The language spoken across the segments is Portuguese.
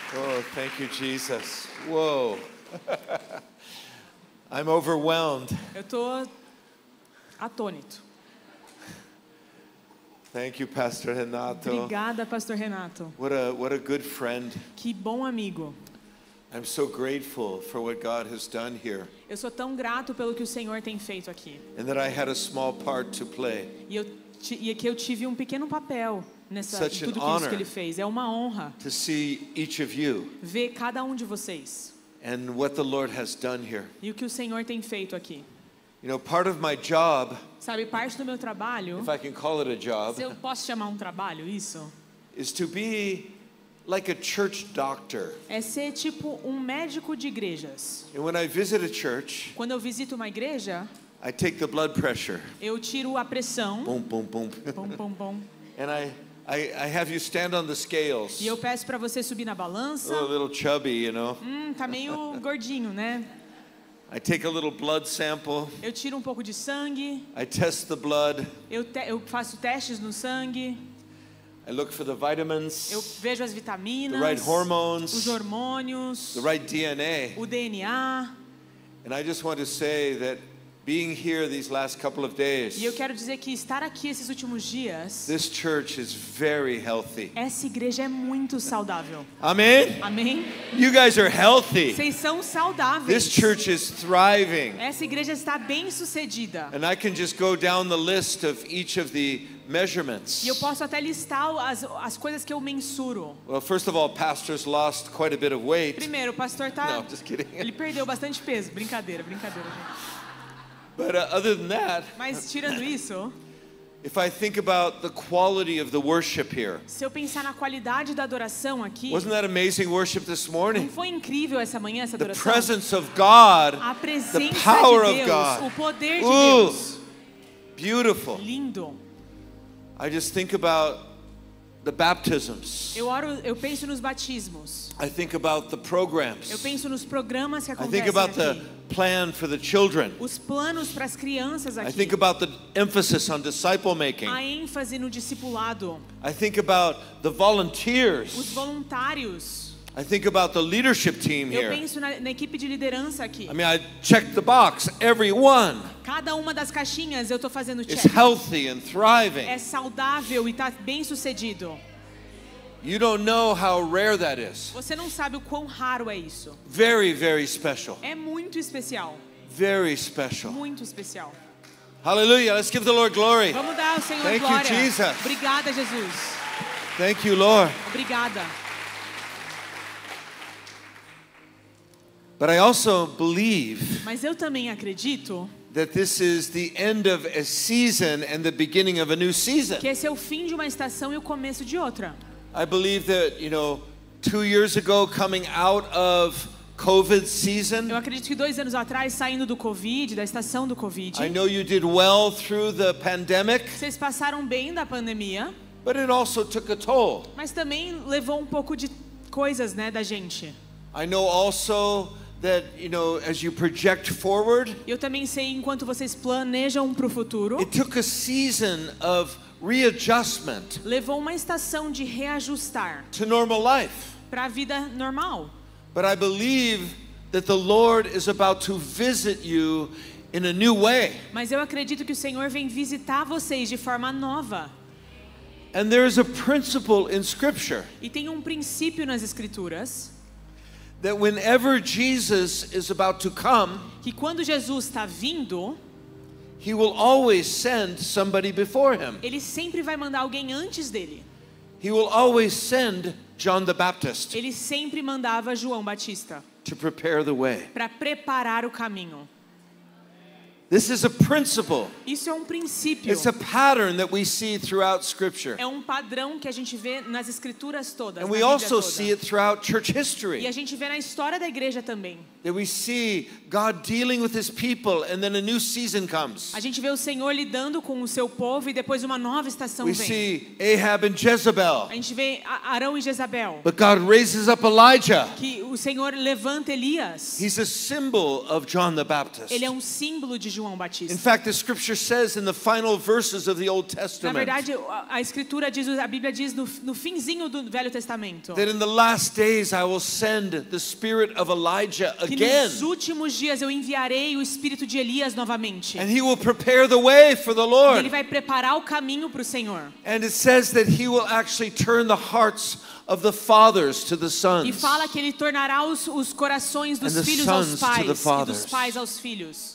Oh, thank you, Jesus. Whoa. I'm overwhelmed. Eu tô atônito. Thank you, Pastor Renato. Obrigada, Pastor Renato. What a good friend. Que bom amigo. I'm so grateful for what God has done here. Eu sou tão grato pelo que o Senhor tem feito aqui. And that I had a small part to play. E que eu tive um pequeno papel nessa Such tudo an isso que ele fez. É uma honra To see each of you ver cada um de vocês and what the Lord has done here. e o que o Senhor tem feito aqui. You know, part of my job, Sabe, parte do meu trabalho, if I can call it a job, se eu posso chamar um trabalho isso, is to be like a church doctor. é ser tipo um médico de igrejas. And when I visit a church, Quando eu visito uma igreja, I take the blood pressure. eu tiro a pressão. Boom, boom, boom. Pom, pom, pom. And I have you stand on the scales. E eu peço para você subir na balança. Oh, a little chubby, you know. Tá meio gordinho, né? I take a little blood sample. Eu tiro um pouco de sangue. I test the blood. Eu faço testes no sangue. I look for the vitamins, Eu vejo as the vitaminas, right os hormones, hormônios, the right DNA. o DNA. And I just want to say that being here these last couple of days, E eu quero dizer que estar aqui esses últimos dias, this church is very healthy. essa igreja é muito saudável. Amen? Amém? You guys are healthy. Vocês são saudáveis. This church is thriving. Essa igreja está bem sucedida. And I can just go down the list of each of the measurements. E eu posso até listar as coisas que eu mensuro. Well, first of all, pastors lost quite a bit of weight. Primeiro, o pastor No, just kidding. ele perdeu bastante peso. Brincadeira, brincadeira, gente. But other than that, Mas tirando isso, if I think about the quality of the worship here, se eu pensar na qualidade da adoração aqui, wasn't that amazing worship this não morning? foi incrível essa manhã essa The adoração? presence of God, A the presença power de of Deus, God. o poder de Ooh, Deus. beautiful. Lindo. I just think about the baptisms. Eu penso nos batismos. I think about the Eu programs. penso nos programas que I think acontecem about the aqui. plan for the children. Os planos para as crianças I aqui. think about the emphasis on disciple making. A ênfase no discipulado. I think about the volunteers. Os voluntários. I think about the leadership team Eu here. penso na equipe de liderança aqui. I mean, I check the box, every one Cada uma das caixinhas eu estou fazendo is check. healthy and thriving. É saudável e está bem sucedido. You don't know how rare that is. Você não sabe o quão raro é isso. Very, very special. É muito especial. Very special. Muito especial. Hallelujah. Let's give the Lord glory. Vamos dar ao Senhor Thank you, glória. Jesus. Obrigada, Jesus. Thank you, Lord. Obrigada. But I also believe Mas eu também acredito that this is the end of a season and the beginning of a new season. que esse é o fim de uma estação e o começo de outra. I believe that, 2 years ago, coming out of COVID Eu season, acredito que 2 anos atrás, saindo do Covid, da estação do Covid, I know you did well through the pandemic, vocês passaram bem da pandemia, but it also took a toll. mas também levou um pouco de coisas, né, da gente. I know also that, as you project forward, Eu também sei, enquanto vocês planejam para o futuro, it took a season of readjustment levou uma estação de reajustar to normal life. para a vida normal. But I believe that the Lord is about to visit you in a new way. Mas eu acredito que o Senhor vem visitar vocês de forma nova. And there is a principle in Scripture E tem um princípio nas Escrituras, that whenever Jesus is about to come, que quando Jesus está vindo, He will always send somebody before Him. Ele sempre vai mandar alguém antes dele. He will always send John the Baptist Ele sempre mandava João Batista to prepare the way. para preparar o caminho. This is a principle. Isso é um princípio. It's a pattern that we see throughout Scripture. É um padrão que a gente vê nas Escrituras todas, And na we Bíblia also toda. see it throughout church E a history. gente vê na história da igreja também. That we see God dealing with His people and then a new season comes. A gente vê o Senhor lidando com o seu povo e depois uma nova estação We vem. see Ahab and Jezebel. A gente vê Arão e Jezabel. But God raises up Elijah. Que o Senhor levanta Elias. He's a symbol of John the Baptist. Ele é um símbolo de João In Batista. fact, the scripture says in the final verses of the Old Na Testament verdade, a escritura diz, a Bíblia diz no finzinho do Velho Testamento, that in the last days I will send the spirit of Elijah que again, nos últimos dias eu enviarei o espírito de Elias novamente. and he will prepare the way for the Ele Lord. vai preparar o caminho para o Senhor. And it says that he will actually turn the hearts of the fathers to the E sons. fala que ele tornará os corações dos And the filhos sons aos to pais the e dos fathers. pais aos filhos.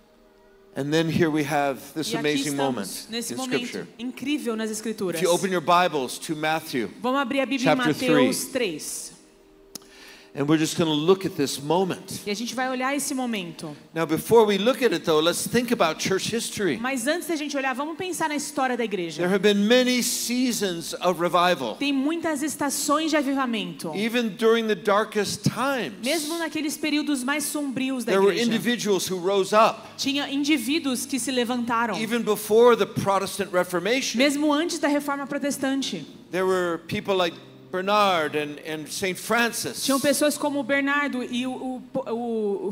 And then here we have this E aqui amazing moment estamos, nesse in momento scripture. incrível nas escrituras. If you open your Bibles to Matthew, Vamos abrir a Bíblia em chapter Mateus 3. and we're just going to look at this moment. E a gente vai olhar esse momento. Now, before we look at it, though, let's think about church history. Mas antes da gente olhar, vamos pensar na história da igreja. There have been many seasons of revival, Tem muitas estações de avivamento. even during the darkest times. Mesmo naqueles períodos mais sombrios da There were igreja. individuals who rose up, Tinha indivíduos que se levantaram. even before the Protestant Reformation. Mesmo antes da Reforma Protestante. There were people like Bernard and St. Francis. Tinham pessoas como o Bernardo e o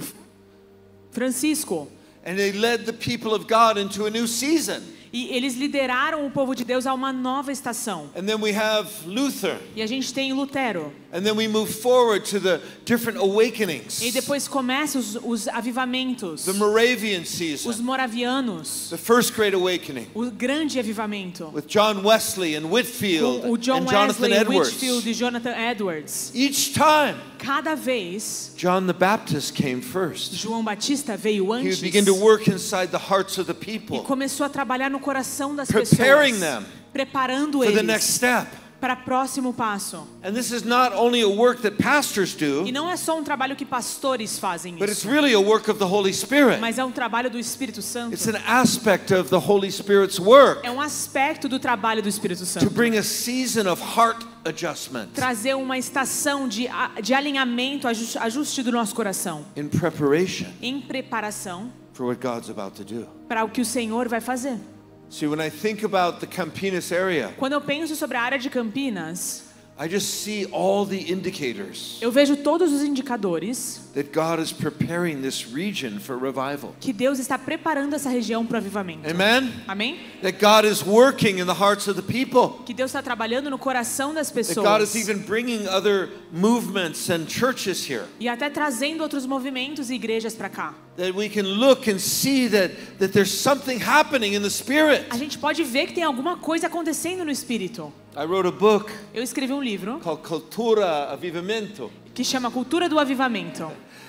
Francisco. And they led the people of God into a new season. E eles lideraram o povo de Deus a uma nova estação. And then we have Luther. E a gente tem Lutero. And then we move forward to the different awakenings. E depois começam os avivamentos. The Moravian Os season. moravianos. The First Great Awakening. O grande avivamento. With John Wesley and Whitfield Com o John and Jonathan Wesley, Edwards. Whitfield e Jonathan Edwards. Each time, Cada vez, John the Baptist came first. João Batista veio He antes would begin to work inside the hearts of the e people, começou a trabalhar no coração das preparing pessoas, them preparando for the next eles step. para o próximo passo. And this is not only a work that pastors do, E não é só um trabalho que pastores fazem but it's isso, really a work of the Holy Spirit. mas é um trabalho do Espírito Santo. It's an aspect of the Holy Spirit's work É um aspecto do trabalho do Espírito to Santo. bring a season of heart adjustment Trazer uma estação de alinhamento, ajuste do nosso coração, in preparation em preparação for what God's about to do. para o que o Senhor vai fazer. See, when I think about the Campinas area, Quando eu penso sobre a área de Campinas, I just see all the indicators eu vejo todos os indicadores that God is preparing this region for revival. que Deus está preparando essa região para o avivamento. Amen? Amém? That God is working in the hearts of the people. Que Deus está trabalhando no coração das That God is pessoas even bringing other movements and churches here. e até trazendo outros movimentos e igrejas para cá. That we can look and see that there's something happening in the Spirit. A gente pode ver que tem alguma coisa acontecendo no Espírito. I wrote a book Eu escrevi um livro called Cultura Avivamento, que chama Cultura do Avivamento,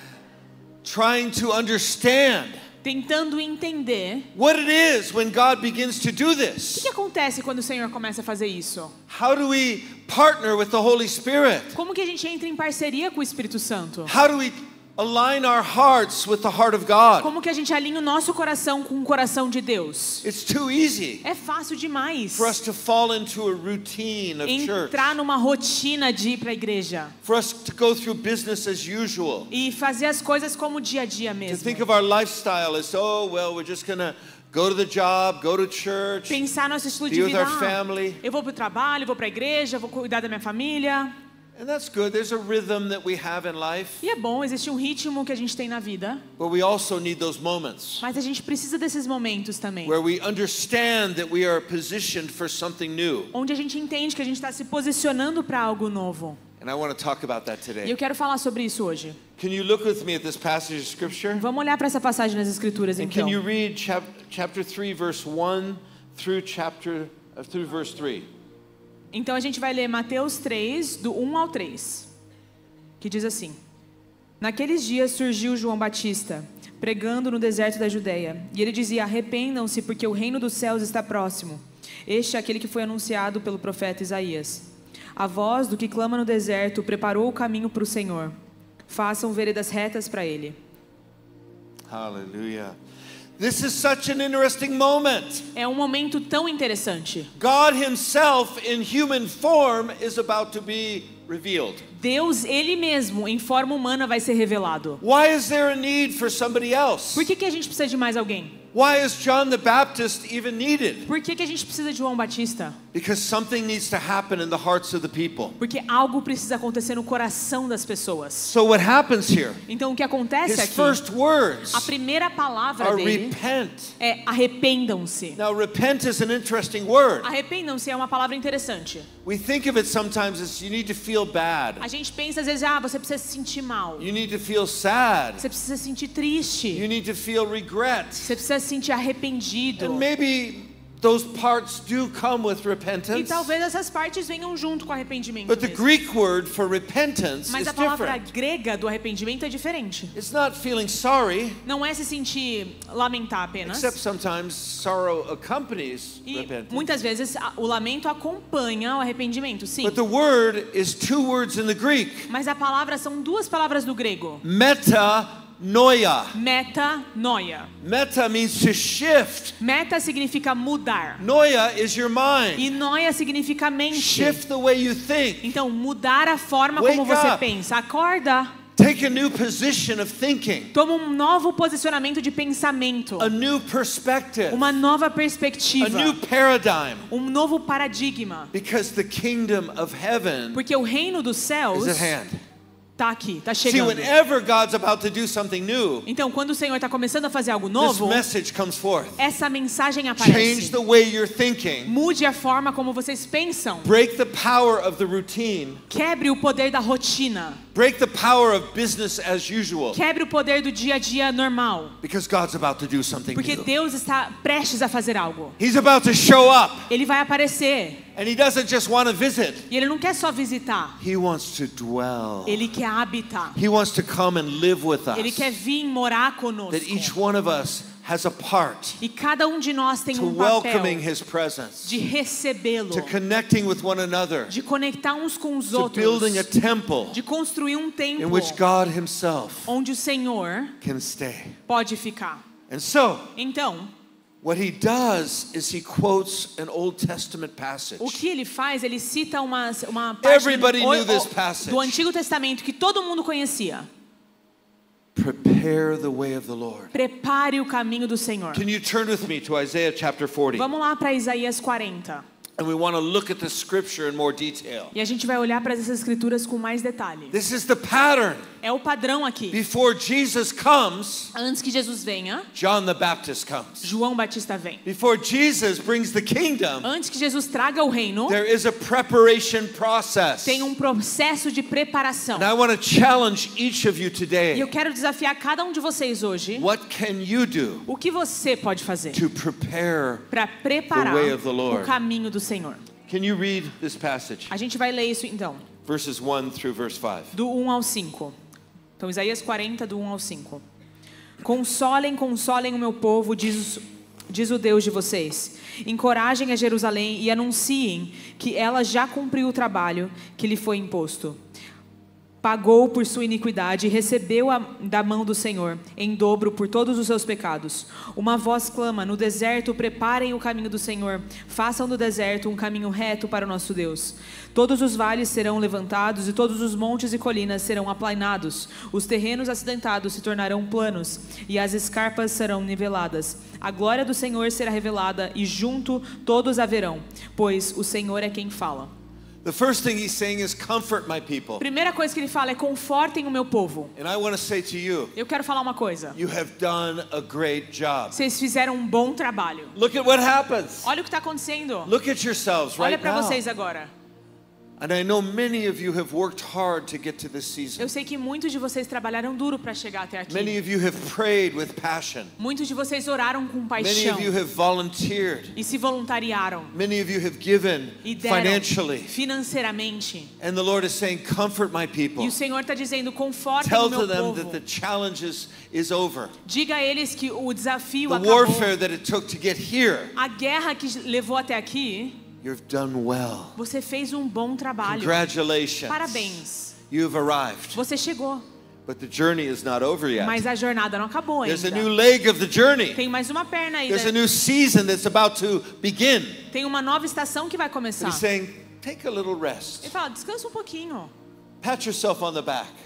trying to understand tentando entender what it is when God begins to do o this. que acontece quando o Senhor começa a fazer isso. How do we partner with the Holy Spirit? Como que a gente entra em parceria com o Espírito Santo? How do we align our hearts with the heart of God? Como que a gente alinha o nosso coração com o coração de Deus? It's too easy É fácil demais for us to fall into a routine of church, entrar numa rotina de ir para a igreja for us to go through business as usual, e fazer as coisas como dia a dia to mesmo. think of our lifestyle as, oh, well, we're just going to go to the job, go to church, Pensar nosso estilo de be with vida. our family. Eu vou para o trabalho, vou para a igreja, vou cuidar da minha família. And that's good. There's a rhythm that we have in life, E é bom, existe um ritmo que a gente tem na vida, but we also need those moments mas a gente precisa desses momentos também, where we understand that we are positioned for something new. onde a gente entende que a gente está se posicionando para algo novo. And I want to talk about that E eu today. quero falar sobre isso hoje. Can you look with me at this passage of scripture? Vamos olhar para essa passagem nas Escrituras And então. can you read chapter 3 verse 1 through verse 3? Então a gente vai ler Mateus 3, do 1 ao 3, que diz assim: Naqueles dias surgiu João Batista, pregando no deserto da Judeia, e ele dizia: arrependam-se, porque o reino dos céus está próximo. Este é aquele que foi anunciado pelo profeta Isaías. A voz do que clama no deserto preparou o caminho para o Senhor. Façam veredas retas para ele. Hallelujah. This is such an interesting moment. É um momento tão interessante. God himself in human form is about to be revealed. Deus, Ele mesmo, em forma humana, vai ser revelado. Why is there a need for somebody else? Por que a gente precisa de mais alguém? Why is John the Baptist even needed? Por que a gente precisa de João Batista? Because something needs to happen in the hearts of the people. Porque algo precisa acontecer no coração das pessoas. So what happens here? Então o que acontece His aqui? first words A primeira palavra are dele repent. é arrependam-se. Now repent is an interesting word. Arrependam-se é uma palavra interessante. We think of it sometimes as you need to feel bad. A gente pensa às vezes, você precisa se sentir mal. You need to feel sad. Você precisa se sentir triste. You need to feel regret. Você precisa se sentir arrependido. And maybe those parts do come with E repentance. talvez essas partes venham junto com o arrependimento But the mesmo. Greek word for repentance Mas is a palavra different. grega do arrependimento é diferente. It's not feeling sorry, Não é se sentir lamentar apenas. except sometimes sorrow accompanies E repentance. muitas vezes o lamento acompanha o arrependimento, sim. But the word is two words in the Greek. Mas a palavra são duas palavras do grego. Metanoia. Metanoia. Meta means to shift. Meta significa mudar. Noia is your mind. E noia significa mente. Shift the way you think. Então, mudar a forma Wake como você up. pensa. Acorda. Take a new position of thinking. Toma um novo posicionamento de pensamento. A new perspective. Uma nova A perspectiva. new paradigm. Um novo paradigma. Because the kingdom of heaven Porque o reino dos céus is at hand. tá aqui, tá See, chegando. whenever God's about to do something new, Então, quando o Senhor está começando a fazer algo this novo, message comes forth. essa mensagem Change aparece. the way you're thinking. Mude a forma como vocês pensam. Break the power of the routine. Quebre o poder da rotina. Break the power of business as usual. Quebre o poder do dia a dia normal. Because God's about to do something Porque new. Deus está prestes a fazer algo. He's about to show up. Ele vai aparecer. And He doesn't just want to visit. E Ele não quer só visitar. He wants to dwell. Ele quer habitar. He wants to come and live with Ele quer us. vir morar conosco. That each one of us has a part E cada um de nós tem to um welcoming papel His presence, de recebê-lo, to connecting with one another, de conectar uns com os to outros, building a temple de construir um in templo which God Himself onde o Senhor can stay. pode ficar. And so, Então, what He does is He quotes an Old Testament passage. o que ele faz? Ele cita uma parte Everybody knew this passage. do Antigo Testamento que todo mundo conhecia. Prepare the way of the Lord. Prepare o caminho do Senhor. Can you turn with me to Isaiah chapter 40? Vamos lá para Isaías 40. And we want to look at the scripture in more detail. E a gente vai olhar para essas escrituras com mais detalhe. This is the pattern. É o padrão aqui. Before Jesus comes, Antes que Jesus venha, John the Baptist comes. João Batista vem. Before Jesus brings the kingdom, Antes que Jesus traga o reino, there is a preparation process. tem um processo de preparação. And I want to challenge each of you E today. eu quero desafiar cada um de vocês hoje. What can you do O que você pode fazer to prepare? para preparar The way of the Lord. o caminho do Senhor? Can you read this passage? A gente vai ler isso então, Verses 1 through verse 5. do 1 ao 5. Então, Isaías 40, do 1 ao 5. Consolem, consolem o meu povo, diz o Deus de vocês. Encorajem a Jerusalém e anunciem que ela já cumpriu o trabalho que lhe foi imposto. Pagou por sua iniquidade e recebeu da mão do Senhor em dobro por todos os seus pecados. Uma voz clama: no deserto preparem o caminho do Senhor, façam do deserto um caminho reto para o nosso Deus. Todos os vales serão levantados e todos os montes e colinas serão aplainados. Os terrenos acidentados se tornarão planos e as escarpas serão niveladas. A glória do Senhor será revelada e junto todos a verão, pois o Senhor é quem fala. The first thing he's saying is comfort my people. Primeira coisa que ele fala é: confortem o meu povo. And I want to say to you, Eu quero falar uma coisa. you have done a great job. Vocês fizeram um bom trabalho. Look at what happens. Olha o que está acontecendo. Look at yourselves Olha right para now. vocês agora. And I know many of you have worked hard to get to this season. Eu sei que muitos de vocês trabalharam duro para chegar até aqui. Many of you have prayed with passion. Muitos de vocês oraram com Many paixão of you have volunteered. e se voluntariaram Many of you have given e deram financially. financeiramente. And the Lord is saying, comfort my E people. o Senhor está dizendo: confortem Tell o meu to them povo. that the challenges is over. Diga a eles que o desafio The acabou. warfare that it took to get here, A guerra que levou até aqui, you've done well. você fez um bom trabalho. Congratulations. Parabéns. You've arrived. Você chegou. But the journey is not over yet. Mas a jornada não acabou There's a new ainda. leg of the journey. Tem mais uma perna aí. There's a new season that's about to begin. Tem uma nova estação que vai But começar. he's saying, take a little rest. Ele fala: descansa um pouquinho. Pat yourself on the back.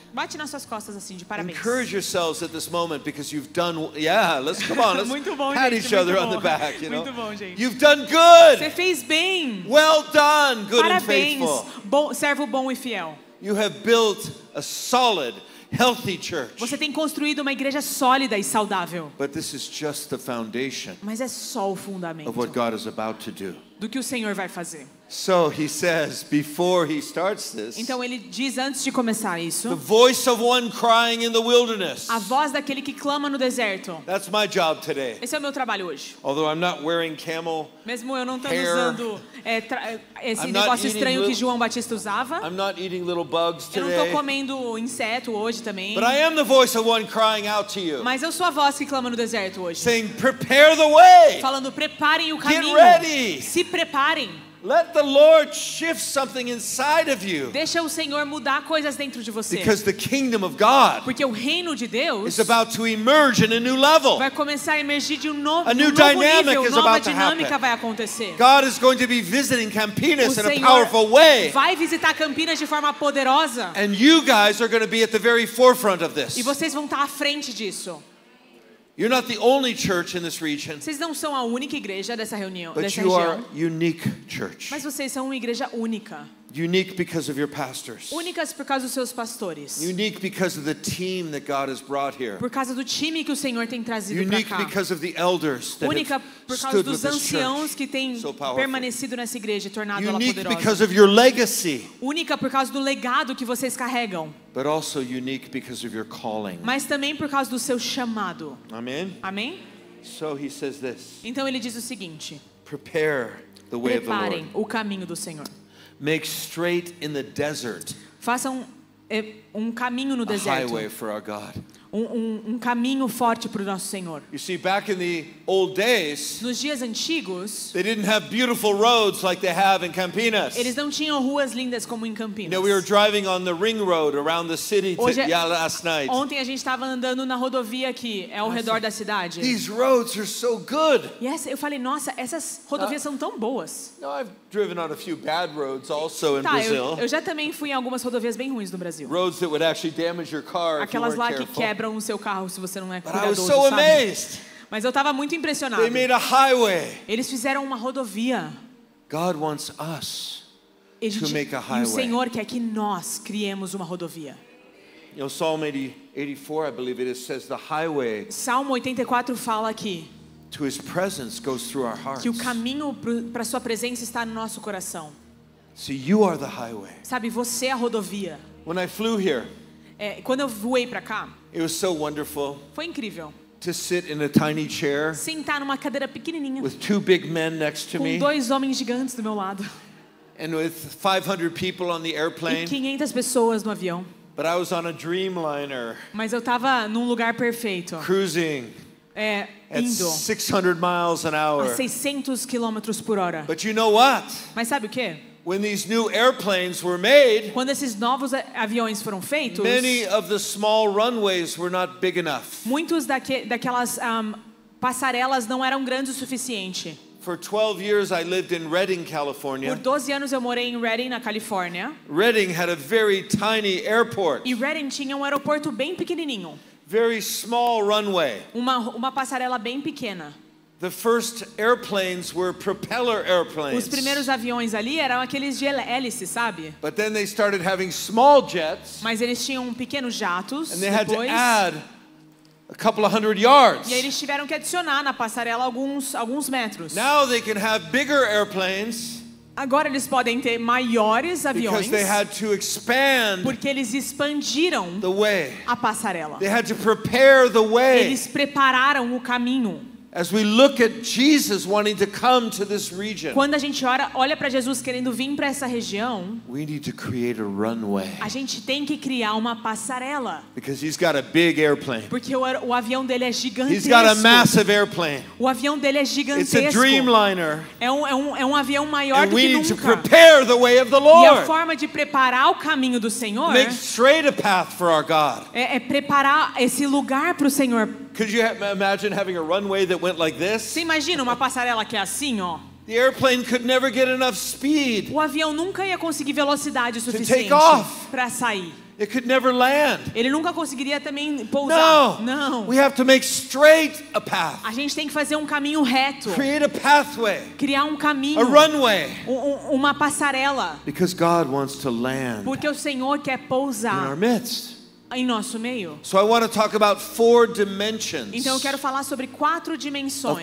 Bate nas suas costas assim, de parabéns. Encourage yourselves at this moment because you've done, come on, let's Muito bom, pat gente, each other muito on the bom. back, you know. Muito bom, gente. You've done good. Você fez bem. Well done, good and Parabéns, faithful. servo bom e fiel. You have built a solid, healthy church. Você tem construído uma igreja sólida e saudável. But this is just the foundation Mas é só o fundamento of what God is about to do. do que o Senhor vai fazer. So he says, before he starts this, Então ele diz antes de começar the isso, voice of one crying in the wilderness. a voz daquele que clama no deserto. That's my job today. Esse é o meu trabalho hoje. Although I'm not wearing camel, Mesmo eu não estando Hair. usando esse I'm not negócio eating estranho que little- João Batista usava. I'm not eating little bugs Eu não estou today. comendo inseto hoje também. But I am the voice of one crying out to you, Mas eu sou a voz que clama no deserto hoje. saying, prepare the way. Falando, preparem o caminho. ready. Se preparem. Let the Lord shift something inside of you. Deixa o Senhor mudar coisas dentro de você. Because the kingdom of God Porque o reino de Deus is about to emerge in a new level. vai começar a emergir de um novo, A new novo dynamic nível, is nova about to dinâmica happen. vai acontecer. God is going to be visiting O Campinas in a Senhor powerful way. vai visitar Campinas de forma poderosa. And you guys are going to be at the very forefront of this. E vocês vão estar à frente disso. You're not the only church in this region, Vocês não são a única igreja dessa reunião, but dessa you are região. unique church. Mas vocês são uma igreja única. Unique because of your pastors. Únicas por causa dos seus pastores. Unique because of the team that God has brought here. Por causa do time que o Senhor tem trazido para Unique cá. because of the elders that Única have por causa stood with dos this anciãos church. que têm So powerful. permanecido nessa igreja e tornado ela Unique poderosa. because of your legacy, Única por causa do legado que vocês carregam. but also unique because of your calling. Mas também por causa do seu chamado. Amen. Amém? So he says this, Então ele diz o seguinte: prepare the way of the Lord. preparem o caminho do Senhor. Make straight in the desert Façam um caminho no a deserto. highway for our God. Um caminho forte para o nosso Senhor. You see, back in the old days, Nos dias antigos, they didn't have beautiful roads like they have in Campinas. eles não tinham ruas lindas como em You Campinas. know, we were driving on the ring road around the city Hoje- last night. Ontem a gente estava andando na rodovia aqui, ao redor da cidade. These roads are so good. E eu falei, nossa, essas rodovias são tão boas. Now, I've driven on a few bad roads also in Tá, Brazil. eu já também fui em algumas rodovias bem ruins no Brasil. Roads that would actually damage your car if you Aquelas weren't lá que careful. quebram o seu carro se você não é But I was cuidadoso, so sabe? amazed. Mas eu estava muito impressionado. They made a highway. Eles fizeram uma rodovia. God wants us. E, To make a e o highway. Senhor quer que nós criemos uma rodovia. You know, Psalm 84, I believe it is, says the highway Salmo 84 fala aqui to his presence goes through our hearts. que o caminho para sua presença está no nosso coração. See, you are the highway. Sabe, você é a rodovia. When I flew here, Quando eu voei para cá, it was so wonderful foi incrível. to sit in a tiny chair Sentar numa cadeira pequenininha with two big men next to com me 2 homens gigantes do meu lado and with 500 people on the e airplane. 500 pessoas no avião. But I was on a Dreamliner Mas eu estava num lugar perfeito, cruising at indo 600 miles an a hour. 600 km por hora. But you know what? Mas sabe o quê? When these new airplanes were made, Quando esses novos aviões foram feitos, many of the small runways were not big enough. muitos daquelas passarelas não eram grandes o suficiente. For 12 years I lived in Redding, Por California. 12 anos eu morei em Redding, na Califórnia. Redding had a very tiny airport, E Redding tinha um aeroporto bem pequenininho. very small runway. Uma passarela bem pequena. The first airplanes were propeller airplanes. Os primeiros aviões ali eram aqueles de hélice, sabe? But then they started having small jets Mas eles tinham pequenos jatos and they had to depois. add a couple of hundred yards. E aí eles tiveram que adicionar na passarela alguns metros. Now they can have bigger airplanes Agora eles podem ter maiores aviões because they had to expand porque eles expandiram the way. a passarela. They had to prepare the way. Eles prepararam o caminho. As we look at Jesus wanting to come to this region, Quando a gente olha para Jesus querendo vir para essa região, we need to create a runway a gente tem que criar uma passarela. because he's got a big airplane. Porque o avião dele é He's gigantesco. got a massive airplane. O avião dele é It's a gigantesco. Dreamliner. É um avião maior And do we que need to nunca. prepare the way of the E a Lord. forma de preparar o caminho do Senhor Make straight a path for our God. é preparar esse lugar para o Senhor. Could you imagine having a runway that went like this? Você imagina uma passarela que é assim, ó? The airplane could never get enough speed. O avião nunca ia conseguir velocidade suficiente take off. para sair. It could never land. Ele nunca conseguiria também pousar. No. We have to make straight a path. A gente tem que fazer um caminho reto. Create a pathway. Criar um caminho. A runway. Uma passarela. Because God wants to land. Porque o Senhor quer pousar. In our midst. Em nosso meio. So I want to talk about 4 dimensions. Então eu quero falar sobre 4 dimensões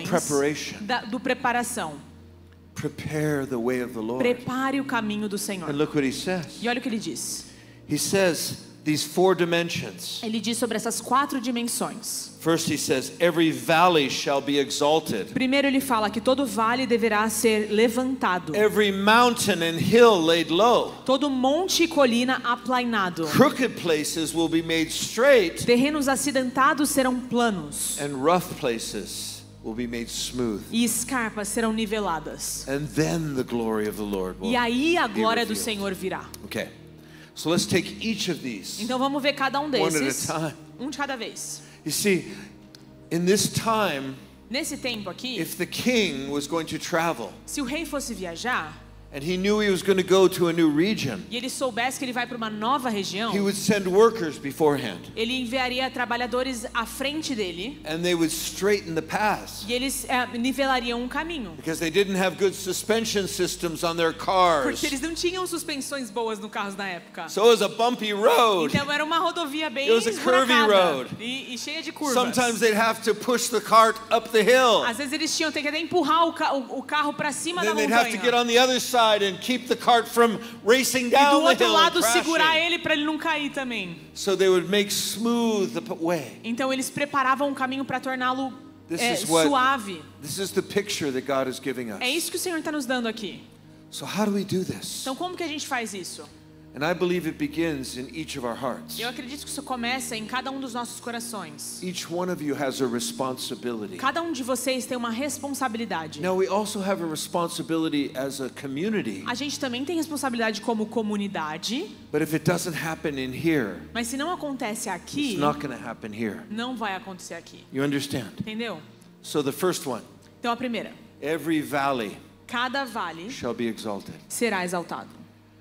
do preparação. Prepare the way of the Lord. Prepare o caminho do Senhor. And look what he says. E olha o que ele diz. He says these 4 dimensions. Ele diz sobre essas 4 dimensões. First he says every valley shall be exalted. Primeiro ele fala que todo vale deverá ser levantado. Every mountain and hill laid low. Todo monte e colina aplainado. Crooked places will be made straight. Terrenos acidentados serão planos. And rough places will be made smooth. E escarpas serão niveladas. And then the glory of the Lord will. E aí a glória do Senhor virá. Okay. So let's take each of these. Então vamos ver cada um desses. One at a time. Um de cada vez. You see, in this time, nesse tempo aqui, if the king was going to travel, se o rei fosse viajar, and he knew he was going to go to a new region, e ele soubesse que ele vai para uma nova região, he would send workers beforehand. Ele enviaria trabalhadores à frente dele. And they would straighten the paths. E eles nivelariam um caminho. Because they didn't have good suspension systems on their cars. Porque eles não tinham suspensões boas no carros na época. So it was a bumpy road. Então era uma rodovia bem esburacada e cheia de curvas. Sometimes they'd have to push the cart up the hill. Às vezes eles tinham que até empurrar o carro para cima da montanha. Then they'd have to get on the other side and keep the cart from racing down the hill. E do outro lado segurar ele para ele não cair também. So they would make smooth the way. Então eles preparavam um caminho para torná-lo suave. This is the picture that God is giving us. É isso que o Senhor está nos dando aqui. So how do we do this? Então como que a gente faz isso? And I believe it begins in each of our hearts. Eu acredito que isso começa em cada um dos nossos corações. Each one of you has a responsibility. Cada um de vocês tem uma responsabilidade. Now we also have a responsibility as a community. A gente também tem responsabilidade como comunidade. But if it doesn't happen in here, mas se não acontece aqui, it's not going to happen here. Não vai acontecer aqui. You understand? Entendeu? So the first one. Então a primeira. Every valley cada vale shall be exalted. Será exaltado.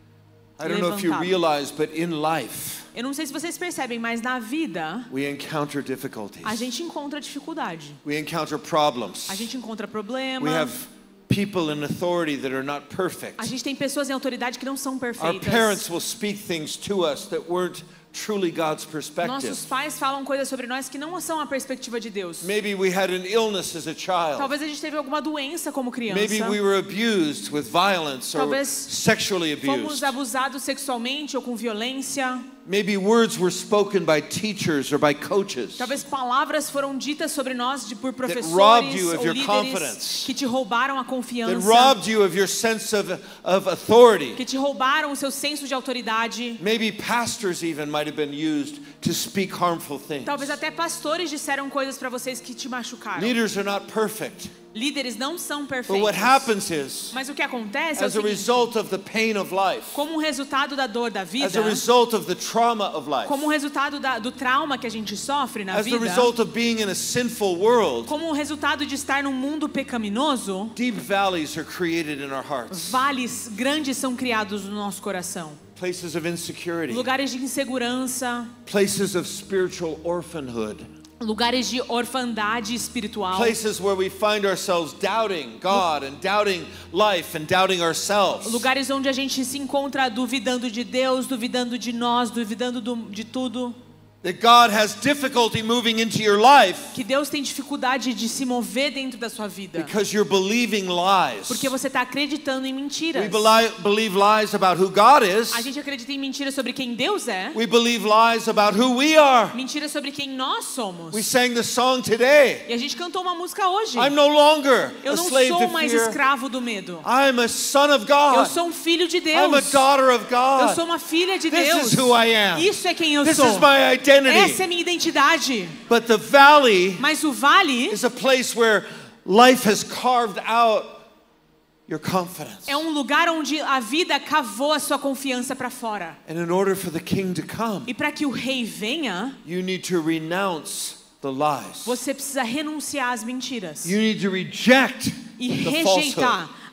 I don't know if you realize, but in life, eu não sei se vocês percebem, mas na vida, we encounter difficulties. A gente encontra dificuldade. We encounter problems. A gente encontra problemas. We have people in authority that are not perfect. A gente tem pessoas em autoridade que não são perfeitas. Our parents will speak things to us that weren't truly God's perspective. Nossos pais falam coisas sobre nós que não são a perspectiva de Deus. Maybe we had an illness as a child. Talvez a gente teve alguma doença como criança. Maybe we were abused with violence or sexually abused. Fomos abusados sexualmente ou com violência. Maybe words were spoken by teachers or by coaches. Talvez palavras foram ditas sobre nós por professores ou líderes que te roubaram a confiança. That robbed you of your sense of authority. Que te roubaram o seu senso de autoridade. Maybe pastors even might have been used to speak harmful things. Talvez até pastores disseram coisas para vocês que te machucaram. Leaders are not perfect. Líderes não são perfeitos. But what happens is, mas o que acontece as a result of the pain of life, como um resultado da dor da vida, as a result of the trauma of life, como um resultado do trauma que a gente sofre na vida, as a result of being in a sinful world, como um resultado de estar num mundo pecaminoso, deep valleys are created in our hearts. Vales grandes são criados no nosso coração. Places of insecurity, lugares de insegurança, places of spiritual orphanhood. Lugares de orfandade espiritual. Places where we find ourselves doubting God and doubting life and doubting ourselves. Lugares onde a gente se encontra duvidando de Deus, duvidando de nós, duvidando de tudo. That God has difficulty moving into your life. Que Deus tem dificuldade de se mover dentro da sua vida. Because you're believing lies. Porque você está acreditando em mentiras. We believe lies about who God is. A gente acredita em mentiras sobre quem Deus é. We believe lies about who we are. Mentiras sobre quem nós somos. We sang the song today. E a gente cantou uma música hoje. I'm no longer eu não a slave sou to mais fear. escravo do medo. I'm a son of God. Eu sou um filho de Deus. I'm a daughter of God. Eu sou uma filha de Deus. This is who I am. Isso é quem eu This sou. is my identity. Essa é minha identidade. But the valley Mas o vale is a place where life has carved out your confidence. É um lugar onde a vida cavou a sua confiança para fora. And in order for the king to come, e para que o rei venha, you need to renounce the lies. Você precisa renunciar às mentiras. You need to reject e the rejeitar falsehood.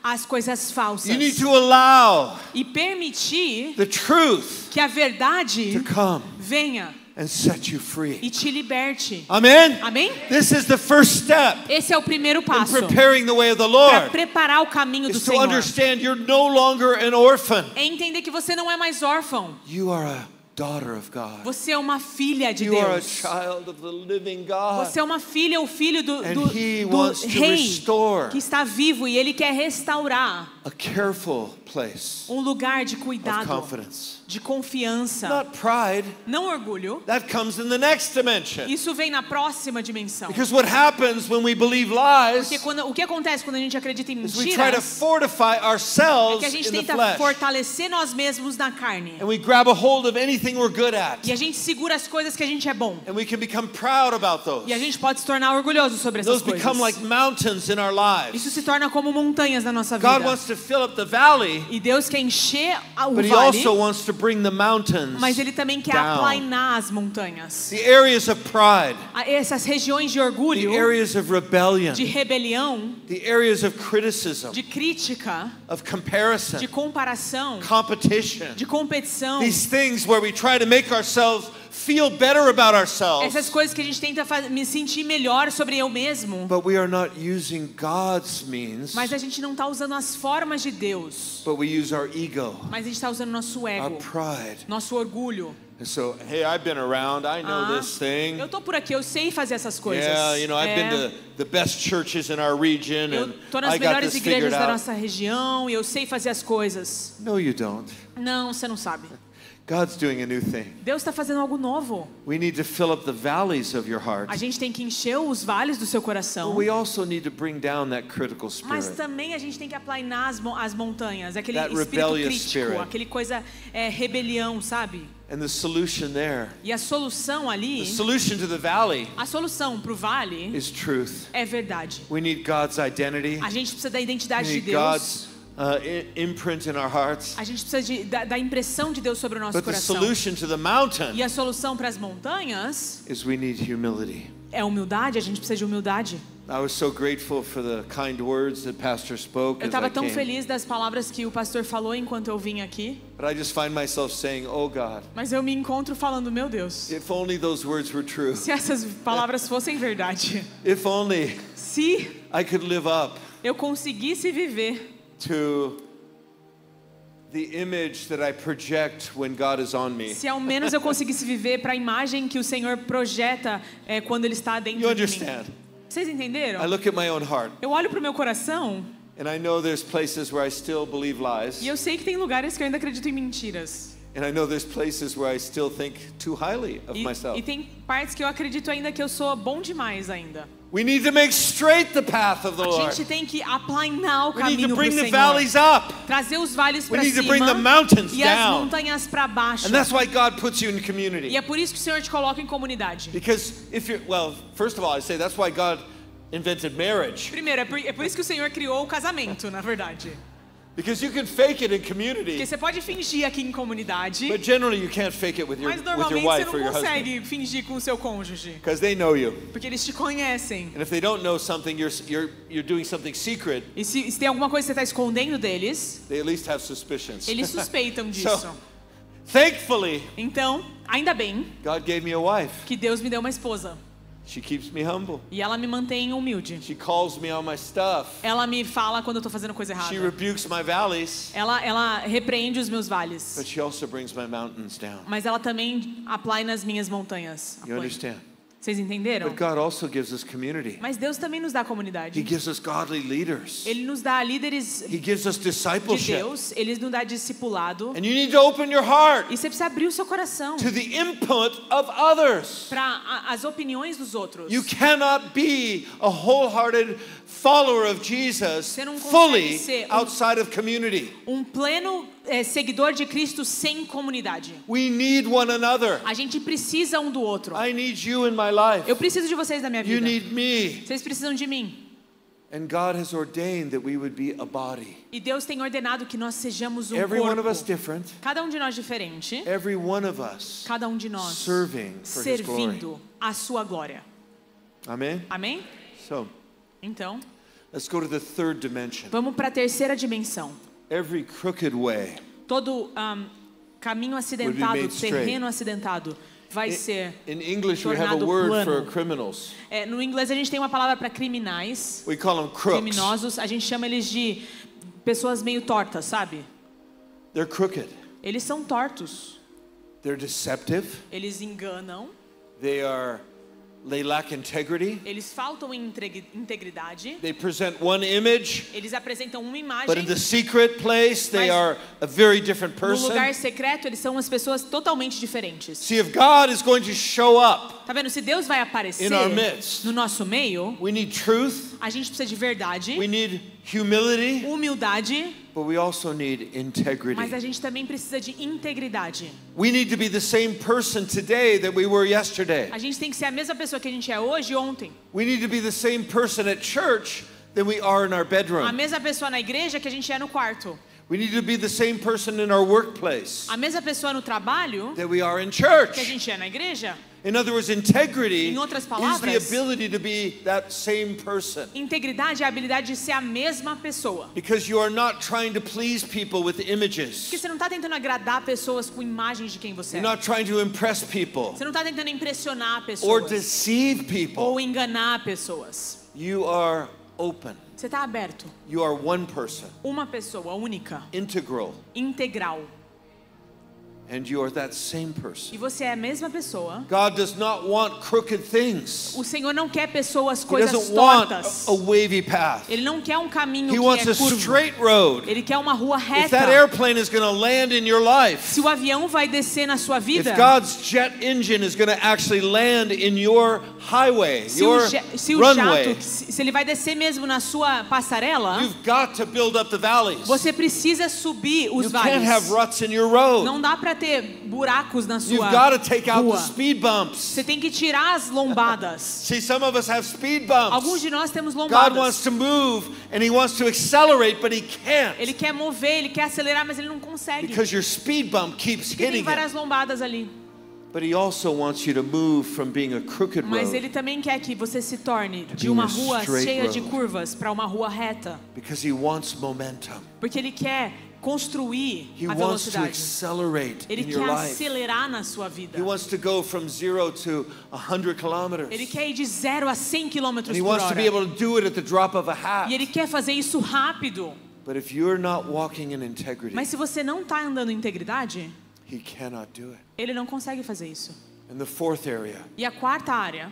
as coisas falsas. You need to allow E permitir the truth que a verdade to come venha and set you free. e te liberte. Amen? Amém? This is the first step Esse é o primeiro in passo preparing the way of the para Lord. preparar o caminho do Is to Senhor. understand you're no longer an orphan. É entender que você não é mais órfão. You are a daughter of God. Você é uma filha de You are a Deus. child of the living God. Você é uma filha ou filho do And He wants to rei restore que está vivo e Ele quer restaurar a careful place um lugar de of cuidado, confidence. de confiança, Not pride. não orgulho. That comes in the next dimension. Isso vem na próxima dimensão. Because what happens when we believe lies Porque o que acontece quando a gente acredita em is we try to mentiras fortify é ourselves que a gente in the tenta flesh. fortalecer nós mesmos na carne. And we grab a hold of anything we're good at. E a gente segura as coisas que a gente é bom. And we can become proud about those. E a gente pode se tornar orgulhoso sobre essas Those become like coisas. mountains in our Isso lives. se torna como montanhas na nossa God vida. wants to fill up the valley, E Deus quer encher o but He vale, also wants to bring the mountains mas Ele também quer down. aplainar as montanhas. The areas of pride, Essas regiões de the orgulho, areas of rebellion, de rebelião, the areas of criticism, de crítica, of comparison, de comparação, competition. de competição. These things where we try to make ourselves feel better about Essas ourselves, coisas que a gente tenta me sentir melhor sobre eu mesmo. but we are not using God's means, Mas a gente não está usando as formas de Deus. but we use our ego, Mas a gente está usando nosso our ego, pride. nosso orgulho. And so, hey, I've been around, I know this thing. Eu tô por aqui, eu sei fazer essas coisas. Yeah, you know, I've been to the best churches in our region, Eu and tô nas I got melhores this igrejas figured da out. nossa região e eu sei fazer as coisas. No, you don't. Não, você não sabe. God's doing a new thing. Deus está fazendo algo novo. We need to fill up the valleys of your heart. A gente tem que encher os vales do seu coração. But we also need to bring down that critical Mas spirit. também a gente tem que aplainar as montanhas, aquele That espírito rebellious crítico, spirit. aquele coisa rebelião, sabe? And the solution there, E a solução ali, the solution to the valley a solução para o vale is truth. é verdade. We need God's identity. A gente precisa da We identidade de need Deus. God's imprint in our hearts. A gente precisa da impressão de Deus sobre o nosso But the coração. solution to the mountain E a solução para as montanhas is we need humility. é humildade, a gente precisa de humildade. I was so grateful for the kind words that Pastor spoke Eu as I estava tão came. feliz das palavras que o pastor falou enquanto eu vim aqui, But I just find myself saying, oh God, mas eu me encontro falando, meu Deus, if only those words were true. se essas palavras fossem verdade, If only se I could live up eu conseguisse viver to the image that I project when God is on me. se ao menos eu conseguisse viver para a imagem que o Senhor projeta quando Ele está dentro You de mim. understand? Vocês entenderam? I look at my own heart, Eu olho para o meu coração and I know there's places where I still believe lies, e eu sei que tem lugares que eu ainda acredito em mentiras. and I know there's places where I still think too highly of myself. E tem partes que eu acredito ainda que eu sou bom demais ainda. We need to make straight the path of the A Lord. gente tem que aplainar o We need to caminho para o bring the Senhor. valleys up, Trazer os vales We para need to cima bring the mountains e as down. montanhas para baixo. and that's why God puts you in community. E é por isso que o Senhor te coloca em comunidade. Because if you're, well, first of all, I say that's why God invented marriage. Primeiro, é por isso que o Senhor criou o casamento, na verdade. Because you can fake it in Porque community, você pode fingir aqui em comunidade, but generally you can't fake it with your mas normalmente wife você or não your husband. consegue fingir com o seu cônjuge. Because they know you. Porque eles te conhecem. And if they don't know something, you're doing something secret, E se tem alguma coisa que você está escondendo deles, they at least have suspicions. eles suspeitam disso. So, thankfully, Então, ainda bem God gave me a wife. que Deus me deu uma esposa. She keeps me humble. E ela me mantém humilde. She calls me on my stuff. Ela me fala quando eu tô fazendo coisa errada. She rebukes my valleys, Ela repreende os meus vales. but she also brings my mountains down. Mas ela também aplai nas minhas montanhas. You understand? Vocês entenderam? But God also gives us community. Mas Deus também nos dá He comunidade. gives us godly leaders. Ele nos dá líderes He gives us de discipleship. Deus. Ele nos dá discipulado. And you need to open your heart E você precisa abrir o seu coração to the input of others. para as opiniões dos outros. You cannot be a wholehearted follower of Jesus Você não consegue fully ser outside of community. Um pleno seguidor de Cristo sem comunidade. We need one another. A gente precisa um do outro. I need you in my life. Eu preciso de vocês na minha You vida. need me. Vocês precisam de mim. And God has ordained that we would be a body. E Deus tem ordenado que nós sejamos um Every one of us corpo. different. Cada um de nós diferente. Every one of us Cada um de nós serving for His glory. servindo a sua glória. Amen? Amém? So, Então, Let's go to the third dimension. Vamos para a terceira dimensão. Every crooked way Todo caminho acidentado, made straight. terreno acidentado, vai ser In English, we have a tornado word plano. for criminals. No inglês a gente tem uma palavra para criminais, We call them crooks. criminosos. A gente chama eles de pessoas meio tortas, sabe? They're crooked. Eles são tortos. They're deceptive. Eles enganam. They lack integrity. Eles faltam em integridade. They present one image, Eles apresentam uma but in imagem. the secret place, they Mas are a very different No person. lugar secreto, eles são as pessoas totalmente diferentes. See, if God is going to show up, Tá vendo? Se Deus vai aparecer In our midst. no nosso meio, we need truth, a gente precisa de verdade, we need humility, humildade, but we also need integrity. mas a gente também precisa de integridade. We need to be the same person today that we were yesterday. A gente tem que ser a mesma pessoa que a gente é hoje e ontem. We need to be the same person at church than we are in our A bedroom. mesma pessoa na igreja que a gente é no quarto. We need to be the same person in our workplace A mesma pessoa no trabalho that we are in que a church. gente é na igreja. In other words, integrity Em outras is the palavras, ability to be that same person. Integridade é a habilidade de ser a mesma pessoa. Because you are not trying to please people with images. Porque você não está tentando agradar pessoas com imagens de quem você é. You're not trying to impress people Você não está tentando impressionar or pessoas deceive people. ou enganar pessoas. You are open. Você está aberto. You are one person, Uma pessoa única, integral, integral. and you are that same person. E você é a mesma pessoa. God does not want crooked things. O Senhor não quer pessoas, He coisas doesn't want tortas. a wavy path. Ele não quer um caminho He que wants é a curvo. straight road. Ele quer uma rua If reta. that airplane is going to land in your life, Se o avião vai descer na sua if vida, God's jet engine is going to actually land in your highway, se o your runway, jato, se ele vai descer mesmo na sua passarela, you've got to build up the valleys. você precisa subir os You can't have vales. ruts in your road. Não dá para ter buracos na You've sua got to take out the rua. speed bumps. Você tem que tirar as lombadas. See, some of us have speed Alguns bumps. de nós temos God lombadas. wants to move and He wants to accelerate, but He can't Ele quer mover, ele quer acelerar, mas ele não consegue. because your speed bump keeps Porque tem hitting Him. várias lombadas ali. But He also wants you to move from being a crooked Mas road ele também quer que você se torne de being uma a rua straight cheia de road. curvas para uma rua reta. because He wants momentum. Porque ele quer construir He a wants to velocidade. accelerate Ele in your quer life. acelerar na sua vida. He wants to go from 0 to 100 kilometers. Ele quer ir de 0 a 100 km And He por wants to be hora. able to do it at the drop of a hat. E ele quer fazer isso rápido. But if you're not walking in integrity, Mas se você não está andando em integridade, He cannot do it. ele não consegue fazer isso. And the fourth area E a quarta área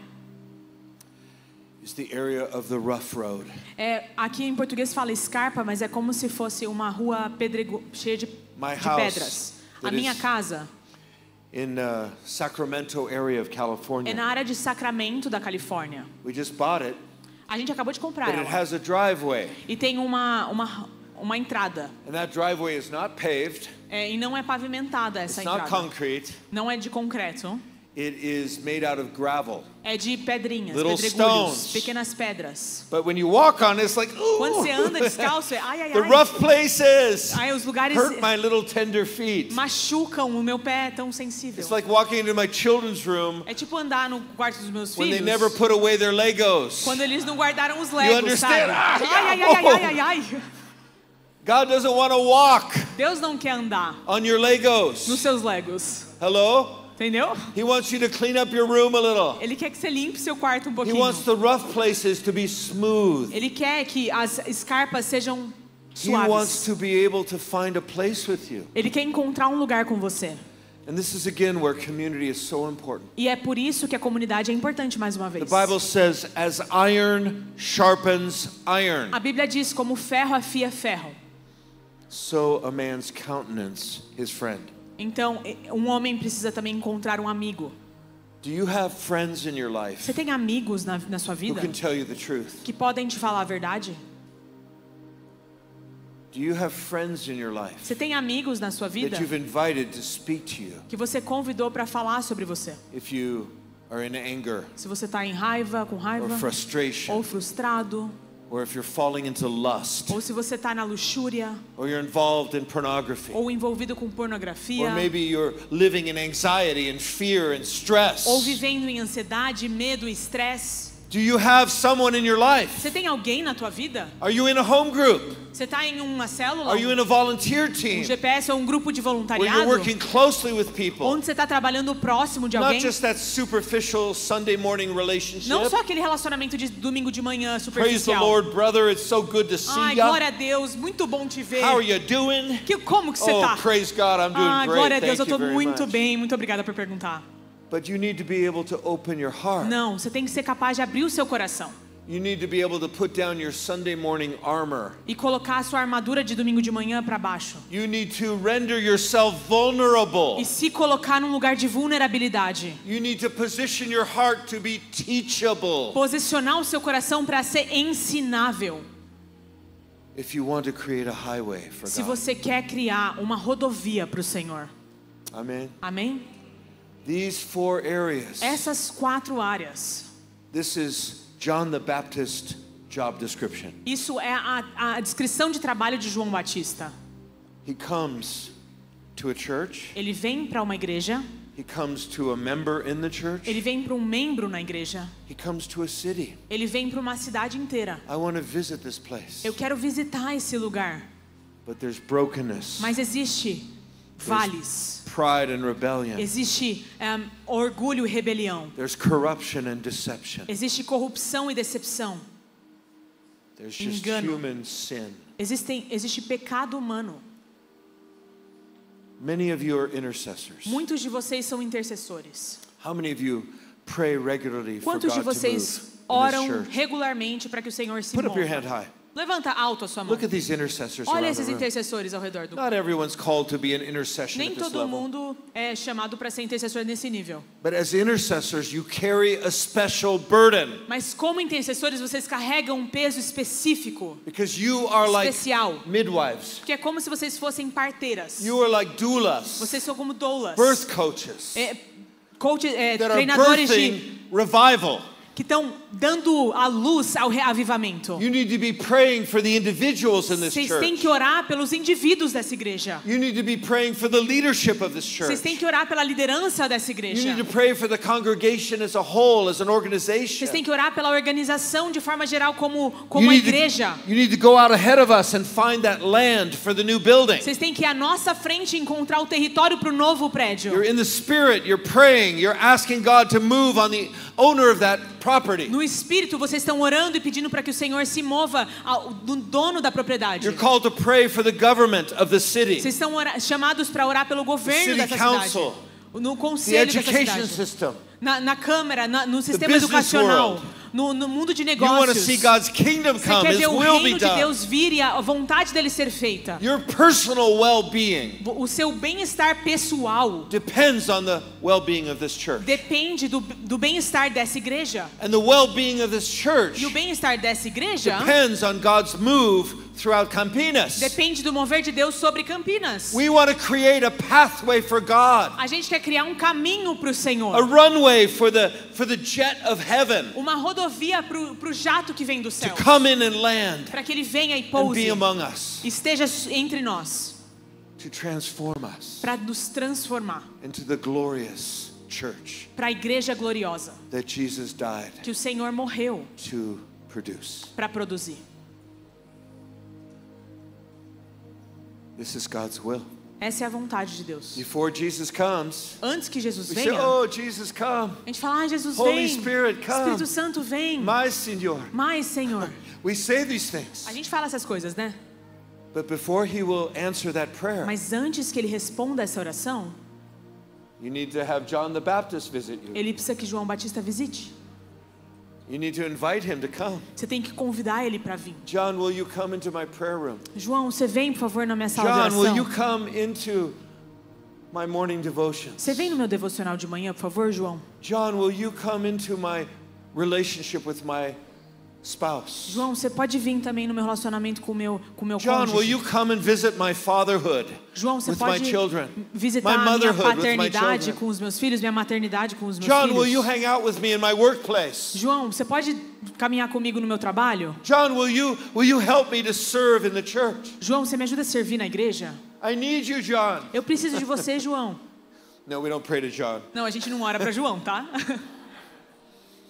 is the area of the rough road. Aqui em português fala escarpa, mas é como se fosse uma rua cheia de My de house pedras. A that minha is casa in Sacramento area of é California. na área de Sacramento, da Califórnia. We just bought it, A gente acabou de comprar but it ela. has a driveway. E tem uma entrada. And that driveway is not paved. E não é pavimentada essa It's not entrada. concrete. Não é de concreto. It is made out of gravel. É de pedrinhas, Little pedregulhos, stones. pequenas pedras. But when you walk on it, it's like, Quando você anda ooh. descalço, é ai, ai, The ai. rough places Ai, os lugares hurt my little tender feet. machucam o meu pé tão sensível. It's like walking into my children's room É tipo andar no quarto dos meus when they filhos. never put away their Legos. Quando eles não guardaram os legos, understand? sabe? Ah, Ai, ai, yeah. ai, ai, ai, ai. God doesn't want to walk Deus não quer andar on your nos Legos. seus legos. Hello? Entendeu? He wants you to clean up your room a little. Ele quer que você limpe seu quarto um He pouquinho. wants the rough places to be smooth. Ele quer que as escarpas sejam He wants suaves. to be able to find a place with you. Ele quer encontrar um lugar com você. And this is again where community is so important. E é por isso que a comunidade é importante mais uma vez. The Bible says, as iron sharpens iron, A Bíblia diz como ferro afia ferro. so a man's countenance his friend. Então, um homem precisa também encontrar um amigo. Do you have friends in your life Você tem amigos na sua who vida can tell you the truth? que podem te falar a verdade? Do you have friends in your life Você tem amigos na sua vida that you've invited to speak to you que você convidou para falar sobre você? if you are in anger Se você está em raiva, com or raiva, frustration, ou frustrado, or if you're falling into lust, ou se você está na luxúria, or you're involved in pornography, ou envolvido com pornografia, or maybe you're living in anxiety and fear and stress. ou vivendo em ansiedade, medo e estresse. Do you have someone in your life? Você tem alguém na tua vida? Are you in a home group? Você está em uma célula? Are you in a volunteer team? GPS ou um grupo de Where you're voluntariado? working closely with people? Onde você está trabalhando próximo de Not alguém? just that superficial Sunday morning relationship. Não só aquele relacionamento de domingo de manhã Praise the superficial. Lord, brother. It's so good to see Ai, you. glória a Deus, muito bom te ver. How are you doing? Como que você Oh, tá? praise God, I'm doing Ah, great. glória a Deus, eu Thank you estou very muito much. bem. Muito obrigada por perguntar. But you need to be able to open your heart. Não, você tem que ser capaz de abrir o seu coração You need to be able to put down your Sunday morning armor. e colocar a sua armadura de domingo de manhã para baixo. You need to render yourself vulnerable. E se colocar num lugar de vulnerabilidade. You need to position your heart to be teachable. Posicionar o seu coração para ser ensinável. If you want to create a highway for Se God. você quer criar uma rodovia para o Senhor. Amen. Amém? These 4 areas. Essas 4 áreas. This is John the Baptist job description. Isso é a descrição de trabalho de João Batista. He comes to a church. Ele vem para uma igreja. He comes to a member in the church. Ele vem para um membro na igreja. He comes to a city. Ele vem para uma cidade inteira. I want to visit this place. Eu quero visitar esse lugar. But there's brokenness. Mas existe vales. Pride and rebellion. Existe orgulho e rebelião. There's corruption and deception. Existe corrupção e decepção. There's just Engano. human sin. Existe pecado humano. Many of you are intercessors. Muitos de vocês são intercessores. How many of you pray regularly for Quantos de God to move vocês in this oram church? regularmente para que o Senhor se Put up your mova? hand high. Levanta alto a sua mão. Look at these intercessors Olha around the esses room. intercessores ao redor do. Not everyone's called to be an intercession Nem at this todo level. mundo é chamado para ser intercessor nesse nível. But as intercessors, you carry a special burden Mas como intercessores, vocês carregam um peso específico, because you are like especial. midwives. Que é como se vocês fossem parteiras. You are like doulas, Vocês são como doulas. birth coaches that are Treinadores birthing revival. que estão dando a luz ao reavivamento. You need to be praying for the individuals in this Vocês têm church. que orar pelos indivíduos dessa igreja. You need to be praying for the leadership of this church. Vocês têm que orar pela liderança dessa You igreja. need to pray for the congregation as a whole, as an organization. Vocês têm que orar pela organização de forma geral como You a need igreja. you need to go out ahead of us and find that land for the new building. Vocês têm que ir à nossa frente encontrar o território para o novo prédio. You're in the spirit, you're praying, you're asking God to move on the owner of that property. No espírito, vocês estão orando e pedindo para que o Senhor se mova do dono da propriedade. You're called to pray for the government of the city, Vocês estão chamados para orar pelo governo city dessa council, cidade. No the conselho dessa education cidade. system. Na Câmara, no sistema business educacional, world. no mundo de You want to negócios. see God's kingdom Você come, quer His ver o will be reino de done. Deus vir e a vontade dele ser feita. Your personal well-being O seu bem-estar pessoal depends on the well-being of this church. depende do bem-estar dessa igreja. And the well-being of this church E o bem-estar dessa igreja depends on God's move throughout Campinas. depende do mover de Deus sobre Campinas. We want to create a pathway for God, A gente quer criar um caminho para o a Senhor. runway for the jet of heaven Uma rodovia para o jato que vem do to céu. come in and land Para que ele venha e and pouse. be among us, Esteja entre nós. to transform us Para nos transformar. into the glorious church Para a igreja gloriosa. that Jesus died Que o Senhor morreu to produce. para produzir. This is God's will. Essa é a vontade de Deus. Before Jesus comes, Antes que Jesus we say, venha, oh, Jesus, come. a gente fala, ai, Jesus Holy vem. Spirit, come. Espírito Santo vem. My Senor. Mais, Senhor. We say these things. A gente fala essas coisas, né? But before He will answer that prayer, Mas antes que ele responda essa oração, you need to have John the Baptist visit you. ele precisa que João Batista visite. You need to invite him to come. Você tem que convidar ele para vir. John, will you come into my prayer room? João, você vem, por favor, na minha sala de John, will you oração. come into my morning devotions? Você vem no meu devocional de manhã, por favor, João? John, will you come into my relationship with my spouse? João, você pode vir também no meu relacionamento com o meu John, will cônjuge. you come and visit my fatherhood João, você with my pode children? visitar My a minha motherhood with my paternidade children? com os meus filhos, minha maternidade com os meus John, will you filhos. hang out with me in my workplace? João, você pode caminhar comigo no meu trabalho? John, will you help me to serve in the church? João, você me ajuda a servir na igreja? I need you, John. Eu preciso de você, João. No, we don't pray to John. Não, a gente não ora para João, tá?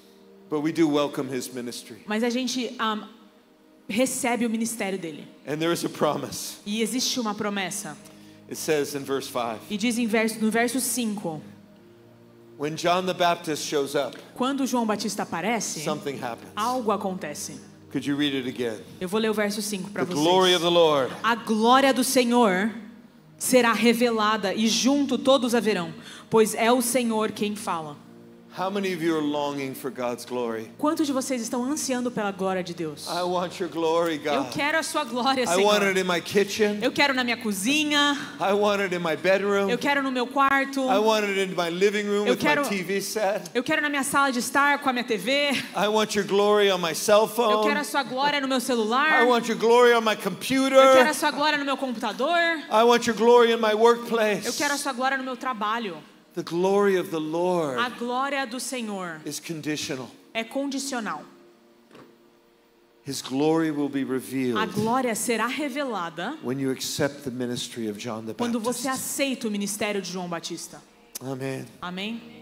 But we do welcome his ministry. Mas a gente recebe o ministério dele. And there is a promise. E existe uma promessa. It says in verse 5. E diz no verso 5. When John the Baptist shows up, quando João Batista aparece, something happens. algo acontece. Could you read it again? Eu vou ler o verso 5 para vocês. The glory of the Lord. A glória do Senhor será revelada e junto todos a verão, pois é o Senhor quem fala. How many of you are longing for God's glory? Quantos de vocês estão ansiando pela glória de Deus? I want your glory, God. Eu quero a sua glória, Senhor. I want it in my kitchen. Eu quero na minha cozinha. I want it in my bedroom. Eu quero no meu quarto. I want it in my living room with my TV set. Eu quero na minha sala de estar com a minha TV. I want your glory on my cell phone. Eu quero a sua glória no meu celular. I want your glory on my computer. Eu quero a sua glória no meu computador. I want your glory in my workplace. Eu quero a sua glória no meu trabalho. The glory of the Lord a glória do Senhor is conditional. É condicional. His glory will be revealed a glória será revelada when you accept the ministry of John the Baptist. Quando você aceita o ministério de João Batista. Amém. Amém.